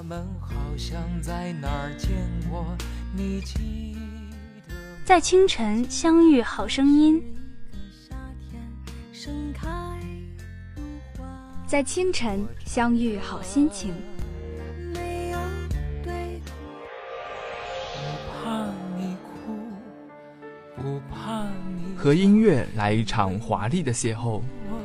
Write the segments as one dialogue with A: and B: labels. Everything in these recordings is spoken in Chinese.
A: 们好像在哪儿见过，你记得
B: 在清晨相遇好声音，在清晨相遇好心情，
C: 和音乐来一场华丽的邂逅，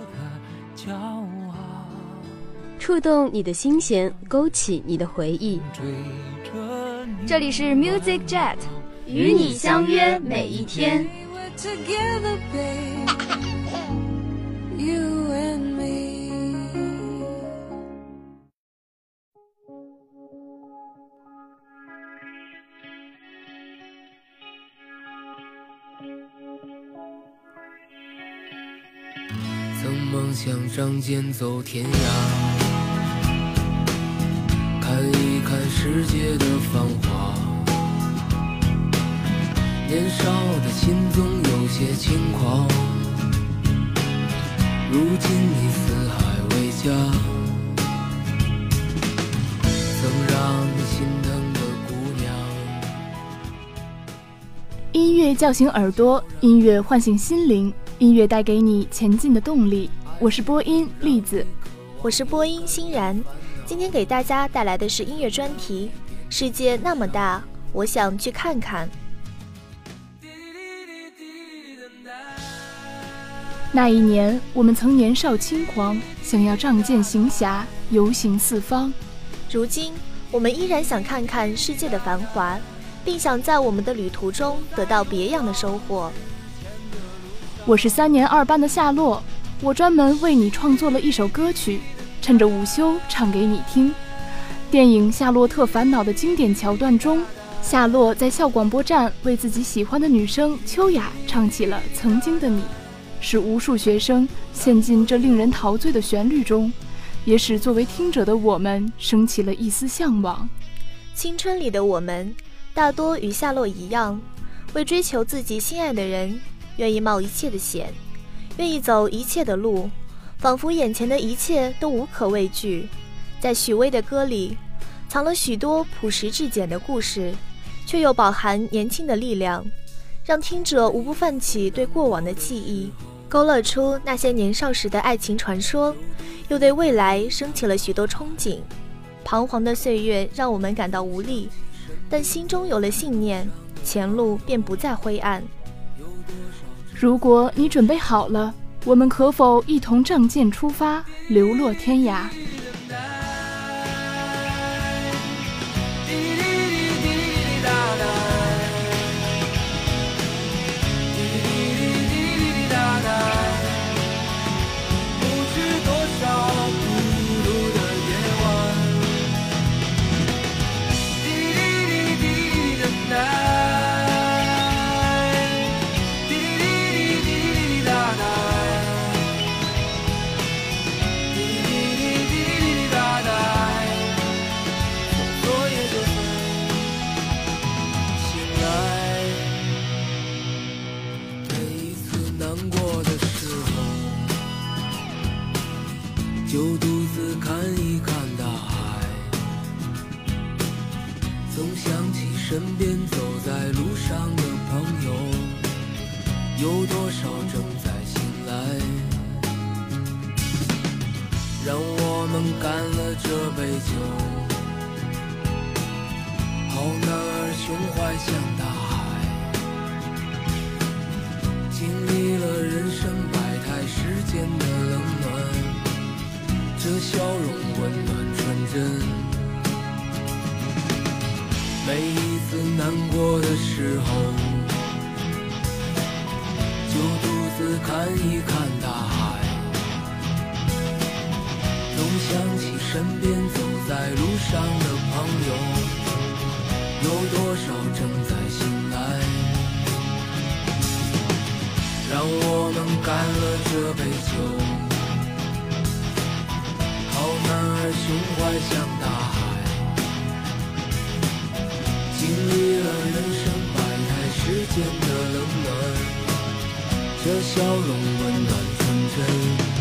D: 触动你的心弦，勾起你的回忆。
B: 这里是 Music Jet， 与你相约每一天。
A: 曾梦想仗剑走天涯，看一看世界的繁华，年少的心总有些轻狂，如今你四海为家，曾让你心疼的姑娘。
E: 音乐叫醒耳朵，音乐唤醒心灵，音乐带给你前进的动力。我是播音栗子，
F: 我是播音欣然。今天给大家带来的是音乐专题《世界那么大，我想去看看》。
E: 那一年，我们曾年少轻狂，想要仗剑行侠，游行四方。
F: 如今，我们依然想看看世界的繁华，并想在我们的旅途中得到别样的收获。
E: 我是3年2班的夏洛，我专门为你创作了一首歌曲，趁着午休唱给你听。电影《夏洛特烦恼》的经典桥段中，夏洛在校广播站为自己喜欢的女生秋雅唱起了《曾经的你》，使无数学生陷进这令人陶醉的旋律中，也使作为听者的我们升起了一丝向往。
F: 青春里的我们，大多与夏洛一样，为追求自己心爱的人，愿意冒一切的险，愿意走一切的路，仿佛眼前的一切都无可畏惧。在许巍的歌里，藏了许多朴实至简的故事，却又饱含年轻的力量，让听者无不泛起对过往的记忆，勾勒出那些年少时的爱情传说，又对未来升起了许多憧憬。彷徨的岁月让我们感到无力，但心中有了信念，前路便不再灰暗。
E: 如果你准备好了，我们可否一同仗剑出发，流落天涯？
A: 就独自看一看大海，总想起身边走在路上的朋友，有多少正在醒来，让我们干了这杯酒，好男儿胸怀像大海，经历了人生百态世间的冷暖，这笑容温暖纯真。每一次难过的时候，就独自看一看大海，总想起身边走在路上的朋友，有多少正在醒来，让我们干了这杯酒，好男儿胸怀像大海，经历了人生百态世间的冷暖，这笑容温暖纯真。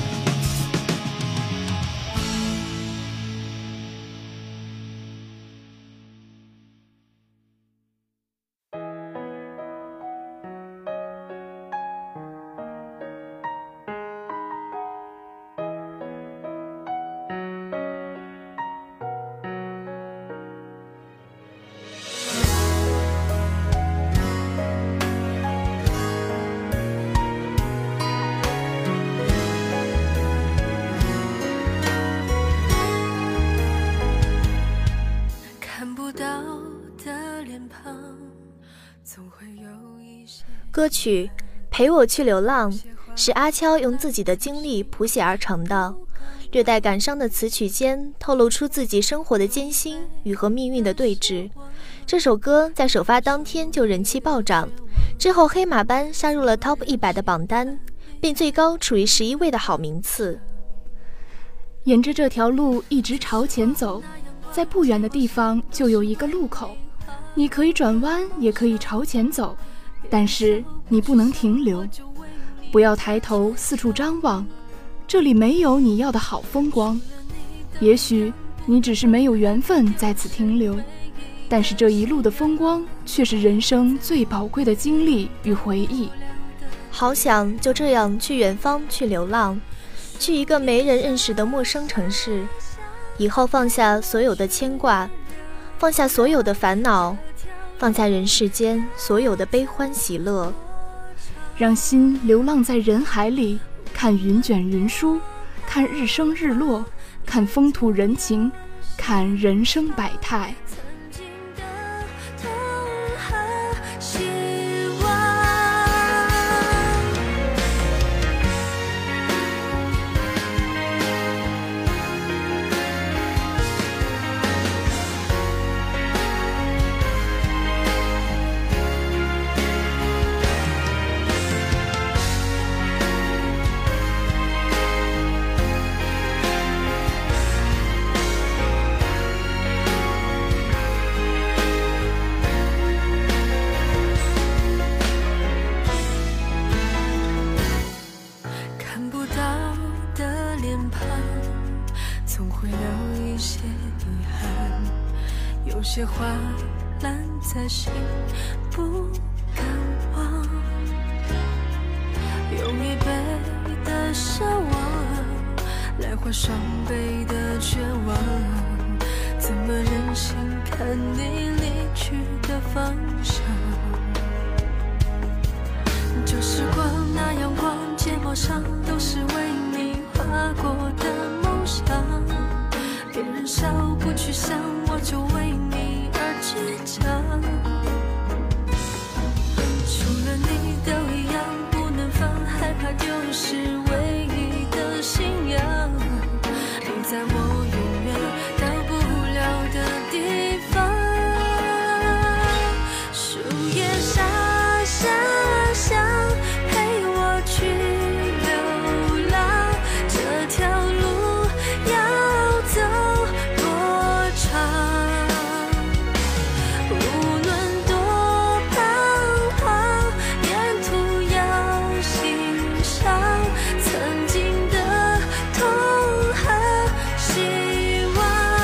F: 歌曲《陪我去流浪》是阿悄用自己的经历谱写而成的，略带感伤的词曲间透露出自己生活的艰辛与和命运的对峙。这首歌在首发当天就人气暴涨，之后黑马般杀入了 Top 100的榜单，并最高处于11位的好名次。
E: 沿着这条路一直朝前走，在不远的地方就有一个路口，你可以转弯，也可以朝前走，但是你不能停留。不要抬头四处张望，这里没有你要的好风光。也许你只是没有缘分在此停留，但是这一路的风光却是人生最宝贵的经历与回忆。
F: 好想就这样去远方去流浪，去一个没人认识的陌生城市，以后放下所有的牵挂，放下所有的烦恼，放下人世间所有的悲欢喜乐，
E: 让心流浪在人海里，看云卷云舒，看日升日落，看风土人情，看人生百态。
A: 有些话烂在心不敢忘，用一倍的奢望来换双倍的绝望，怎么忍心看你离去的方向？这时光那阳光睫毛上都是为你画过的梦想，别人笑不去想，我就为你而倔强。除了你都一样，不能放，害怕丢失唯一的信仰。你在我永远到不了的地方，树叶沙沙响，陪我去流浪，这条路要走多长？无论多彷徨，沿途要欣赏曾经的痛和希望，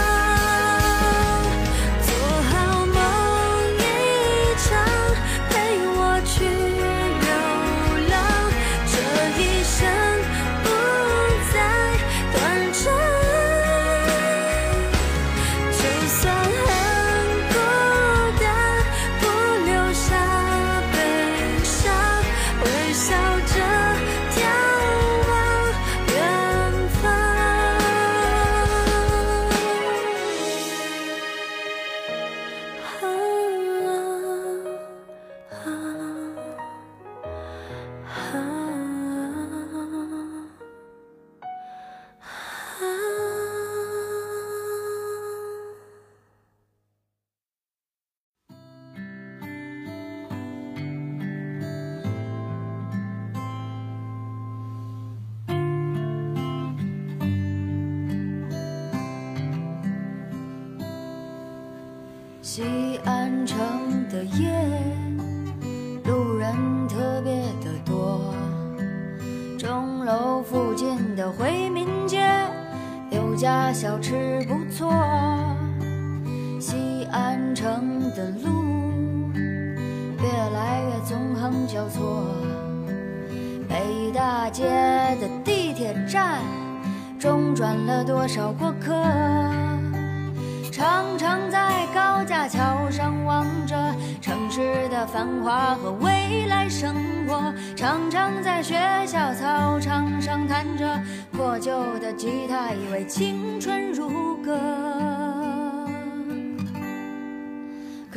A: 做好梦一场，陪我去流浪，这一生不再短暂。就算很孤单，不留下悲伤，微笑着眺望远方。
G: 西安城的夜，路人特别的多。钟楼附近的回民街，有家小吃不错。西安城的路越来越纵横交错，北大街的地铁站中转了多少过客？常常在高架桥上望着城市的繁华和未来生活，常常在学校操场上弹着破旧的吉他，以为青春如歌。可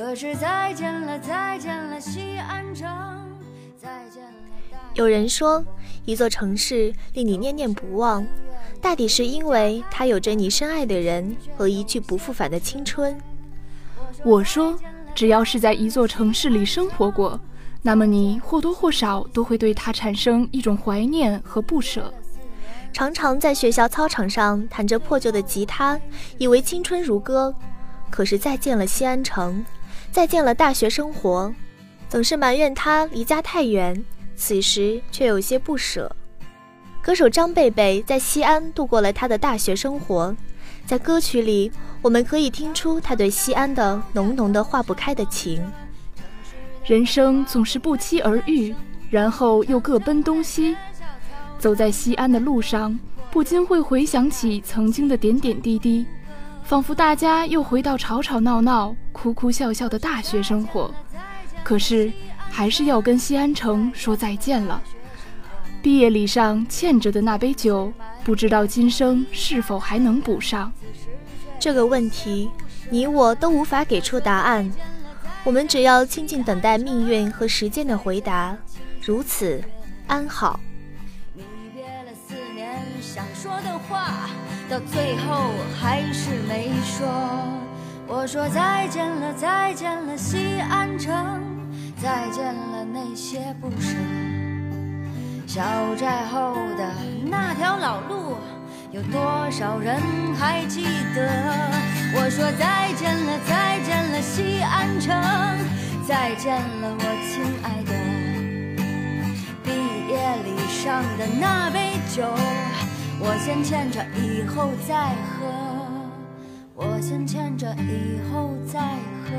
G: 可是再见了，再见了西安城，再见了。
F: 有人说，一座城市令你念念不忘，大抵是因为它有着你深爱的人和一去不复返的青春。
E: 我说，只要是在一座城市里生活过，那么你或多或少都会对它产生一种怀念和不舍。
F: 常常在学校操场上弹着破旧的吉他，以为青春如歌，可是再见了西安城，再见了大学生活，总是埋怨它离家太远，此时却有些不舍。歌手张贝贝在西安度过了他的大学生活，在歌曲里我们可以听出他对西安的浓浓的化不开的情。
E: 人生总是不期而遇，然后又各奔东西。走在西安的路上，不禁会回想起曾经的点点滴滴，仿佛大家又回到吵吵闹闹、哭哭笑笑的大学生活。可是还是要跟西安城说再见了。毕业礼上欠着的那杯酒，不知道今生是否还能补上。
F: 这个问题，你我都无法给出答案，我们只要静静等待命运和时间的回答，如此安好。
G: 你憋了4年想说的话，到最后还是没说。我说再见了，再见了西安城，再见了那些不舍。小寨后的那条老路，有多少人还记得？我说再见了，再见了西安城，再见了我亲爱的。毕业礼上的那杯酒，我先欠着以后再喝，我先欠着以后再喝。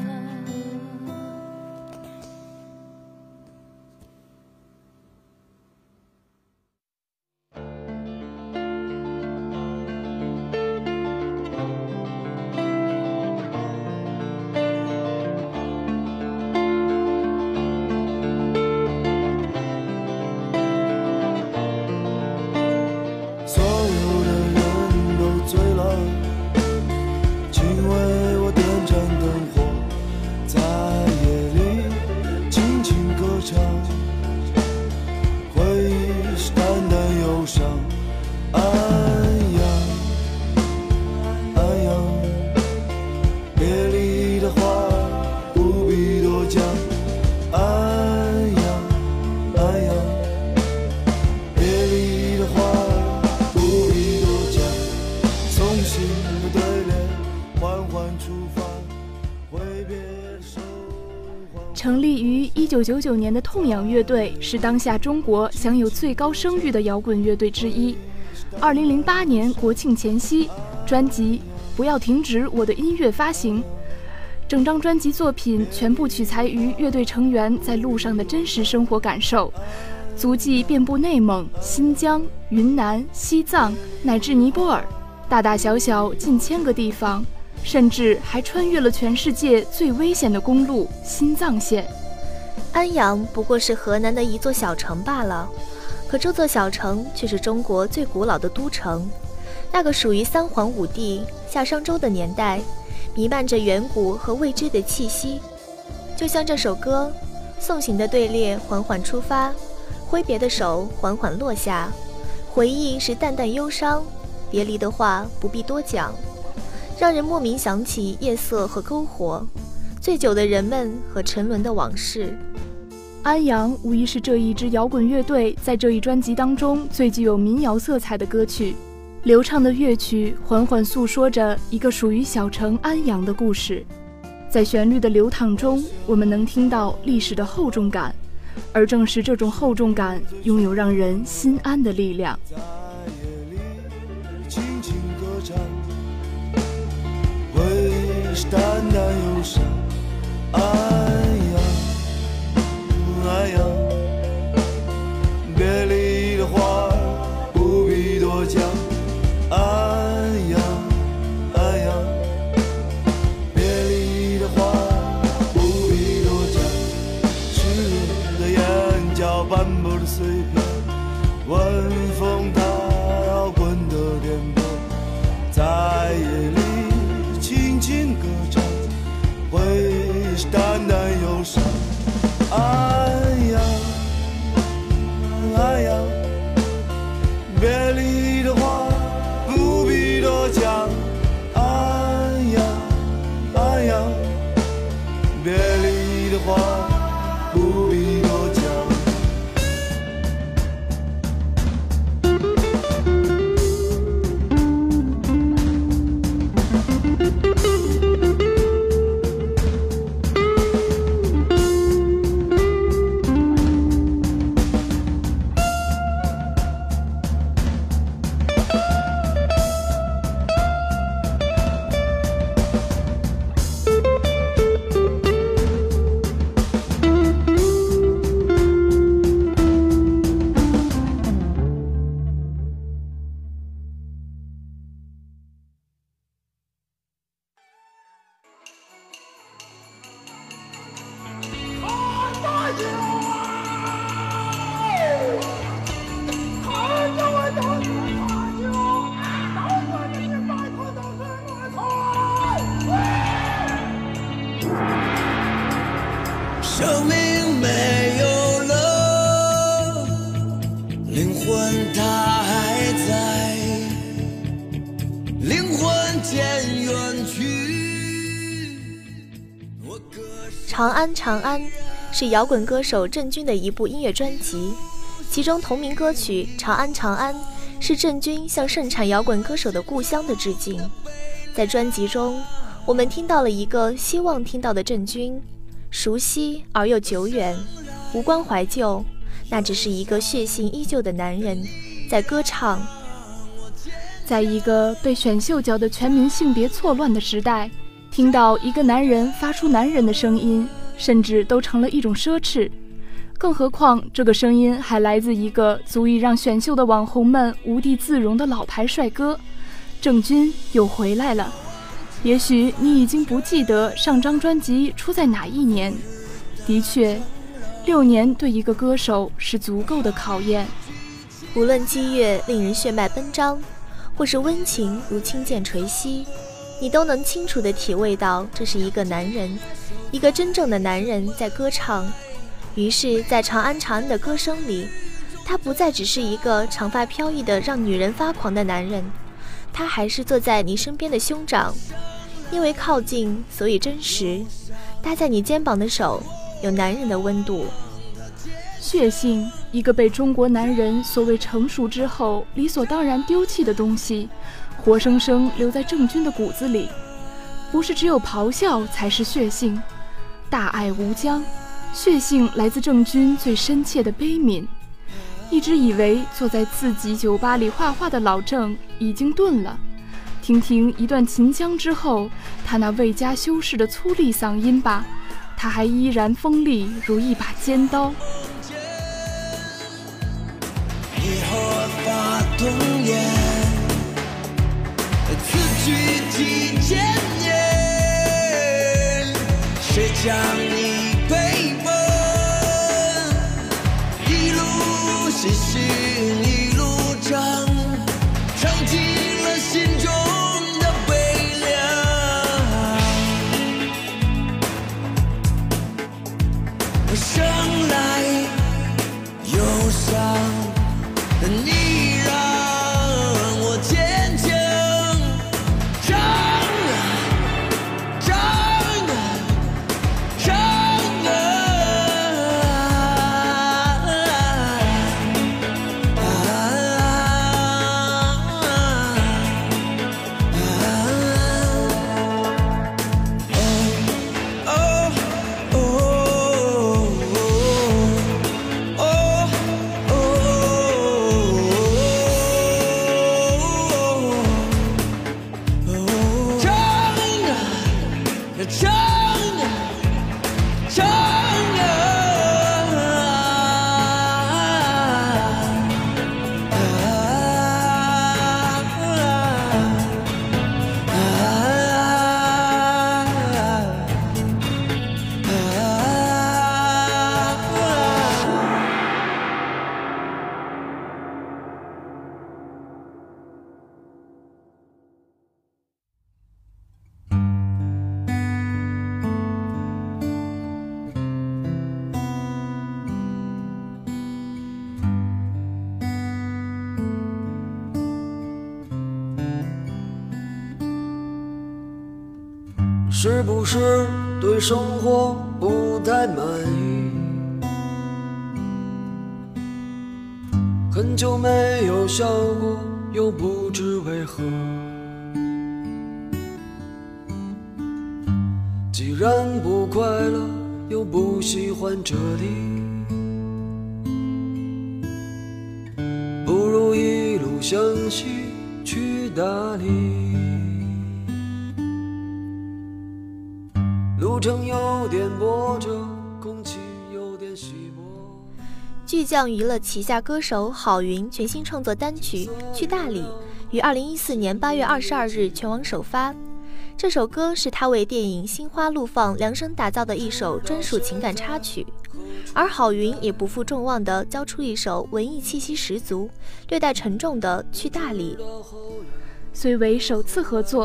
E: 成立于1999年的痛仰乐队是当下中国享有最高声誉的摇滚乐队之一。2008年国庆前夕，专辑《不要停止我的音乐》发行，整张专辑作品全部取材于乐队成员在路上的真实生活感受，足迹遍布内蒙、新疆、云南、西藏乃至尼泊尔，大大小小近1000个地方，甚至还穿越了全世界最危险的公路新藏线。
F: 安阳不过是河南的一座小城罢了，可这座小城却是中国最古老的都城。那个属于三皇五帝、夏商周的年代，弥漫着远古和未知的气息。就像这首歌，送行的队列缓缓出发，挥别的手缓缓落下，回忆是淡淡忧伤，别离的话不必多讲，让人莫名想起夜色和篝火，醉酒的人们和沉沦的往事。
E: 安阳无疑是这一支摇滚乐队在这一专辑当中最具有民谣色彩的歌曲，流畅的乐曲缓缓诉说着一个属于小城安阳的故事。在旋律的流淌中，我们能听到历史的厚重感，而正是这种厚重感拥有让人心安的力量。
H: 在夜里轻轻歌唱，会是淡淡忧伤。安阳，别离的话不必多讲。安阳，别离的话不必多讲。湿的眼角斑驳的碎片，晚风它摇滚的颠簸，在夜里轻轻歌唱，会生命没有了，灵魂它还在，灵魂渐远去。
F: 长安长安是摇滚歌手郑钧的一部音乐专辑，其中同名歌曲《长安长安》是郑钧向盛产摇滚歌手的故乡的致敬。在专辑中，我们听到了一个希望听到的郑钧，熟悉而又久远，无关怀旧，那只是一个血性依旧的男人在歌唱。
E: 在一个被选秀搅得全民性别错乱的时代，听到一个男人发出男人的声音，甚至都成了一种奢侈。更何况这个声音还来自一个足以让选秀的网红们无地自容的老牌帅哥。郑钧又回来了。也许你已经不记得上张专辑出在哪一年，的确，6年对一个歌手是足够的考验。
F: 无论激越令人血脉奔张，或是温情如轻剑垂膝，你都能清楚地体味到这是一个男人，一个真正的男人在歌唱。于是在长安长安的歌声里，他不再只是一个长发飘逸的让女人发狂的男人，他还是坐在你身边的兄长，因为靠近所以真实，搭在你肩膀的手有男人的温度。
E: 血性，一个被中国男人所谓成熟之后理所当然丢弃的东西，活生生留在郑钧的骨子里。不是只有咆哮才是血性，大爱无疆，血性来自郑钧最深切的悲悯。一直以为坐在自己酒吧里画画的老郑已经钝了，听听一段秦腔之后，他那未加修饰的粗粝嗓音吧，他还依然锋利如一把尖刀。
H: 你和我发动言，此去几千年，谁将你陪伴？一路细心一路唱，唱尽了心中的悲凉。我生来忧伤，你让我坚强，唱啊唱啊唱啊，
I: 是不是对生活不太满意？很久没有笑过，又不知为何。既然不快乐，又不喜欢这里，不如一路向西去大理。路程有点波折，空气有点稀薄。
F: 巨匠娱乐旗下歌手郝云全新创作单曲《去大理》于2014年8月22日全网首发。这首歌是他为电影《心花怒放》量身打造的一首专属情感插曲，而郝云也不负众望地交出一首文艺气息十足、略带沉重的《去大理》。
E: 虽为首次合作，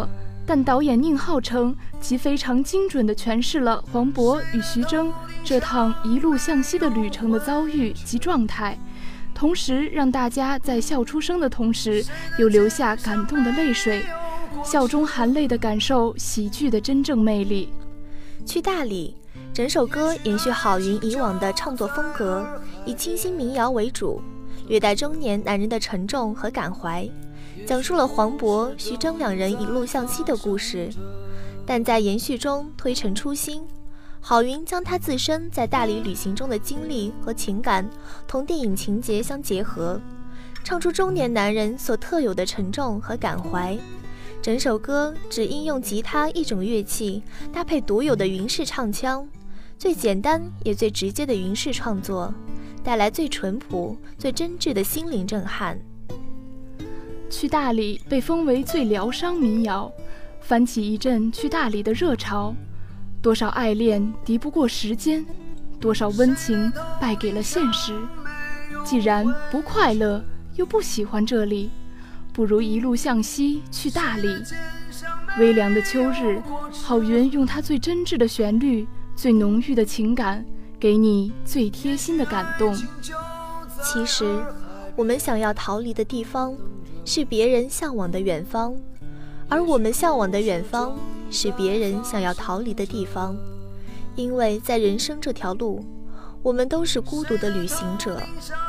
E: 但导演宁浩称其非常精准地诠释了黄渤与徐峥这趟一路向西的旅程的遭遇及状态，同时让大家在笑出声的同时又流下感动的泪水，笑中含泪地感受喜剧的真正魅力。
F: 去大理整首歌延续郝云以往的创作风格，以清新民谣为主，略带中年男人的沉重和感怀，讲述了黄渤、徐峥两人一路向西的故事，但在延续中推陈出新。郝云将他自身在大理旅行中的经历和情感同电影情节相结合，唱出中年男人所特有的沉重和感怀。整首歌只应用吉他一种乐器，搭配独有的云式唱腔，最简单也最直接的云式创作，带来最淳朴、最真挚的心灵震撼。
E: 去大理被封为最疗伤民谣，翻起一阵去大理的热潮。多少爱恋敌不过时间，多少温情败给了现实。既然不快乐，又不喜欢这里，不如一路向西去大理。微凉的秋日，郝云用他最真挚的旋律、最浓郁的情感，给你最贴心的感动。
F: 其实，我们想要逃离的地方，是别人向往的远方，而我们向往的远方，是别人想要逃离的地方。因为在人生这条路，我们都是孤独的旅行者。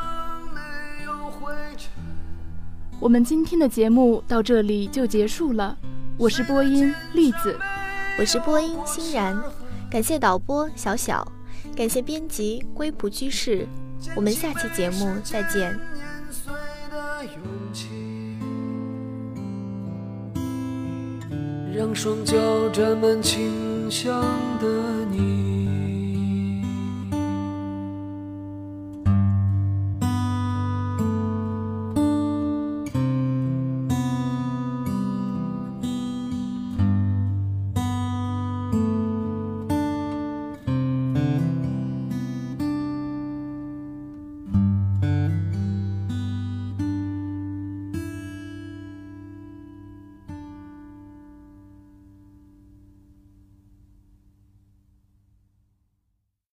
E: 我们今天的节目到这里就结束了，我是播音栗子，
F: 我是播音欣然，感谢导播小小，感谢编辑龟仆居士，我们下期节目再见。
I: 让双脚沾满清香，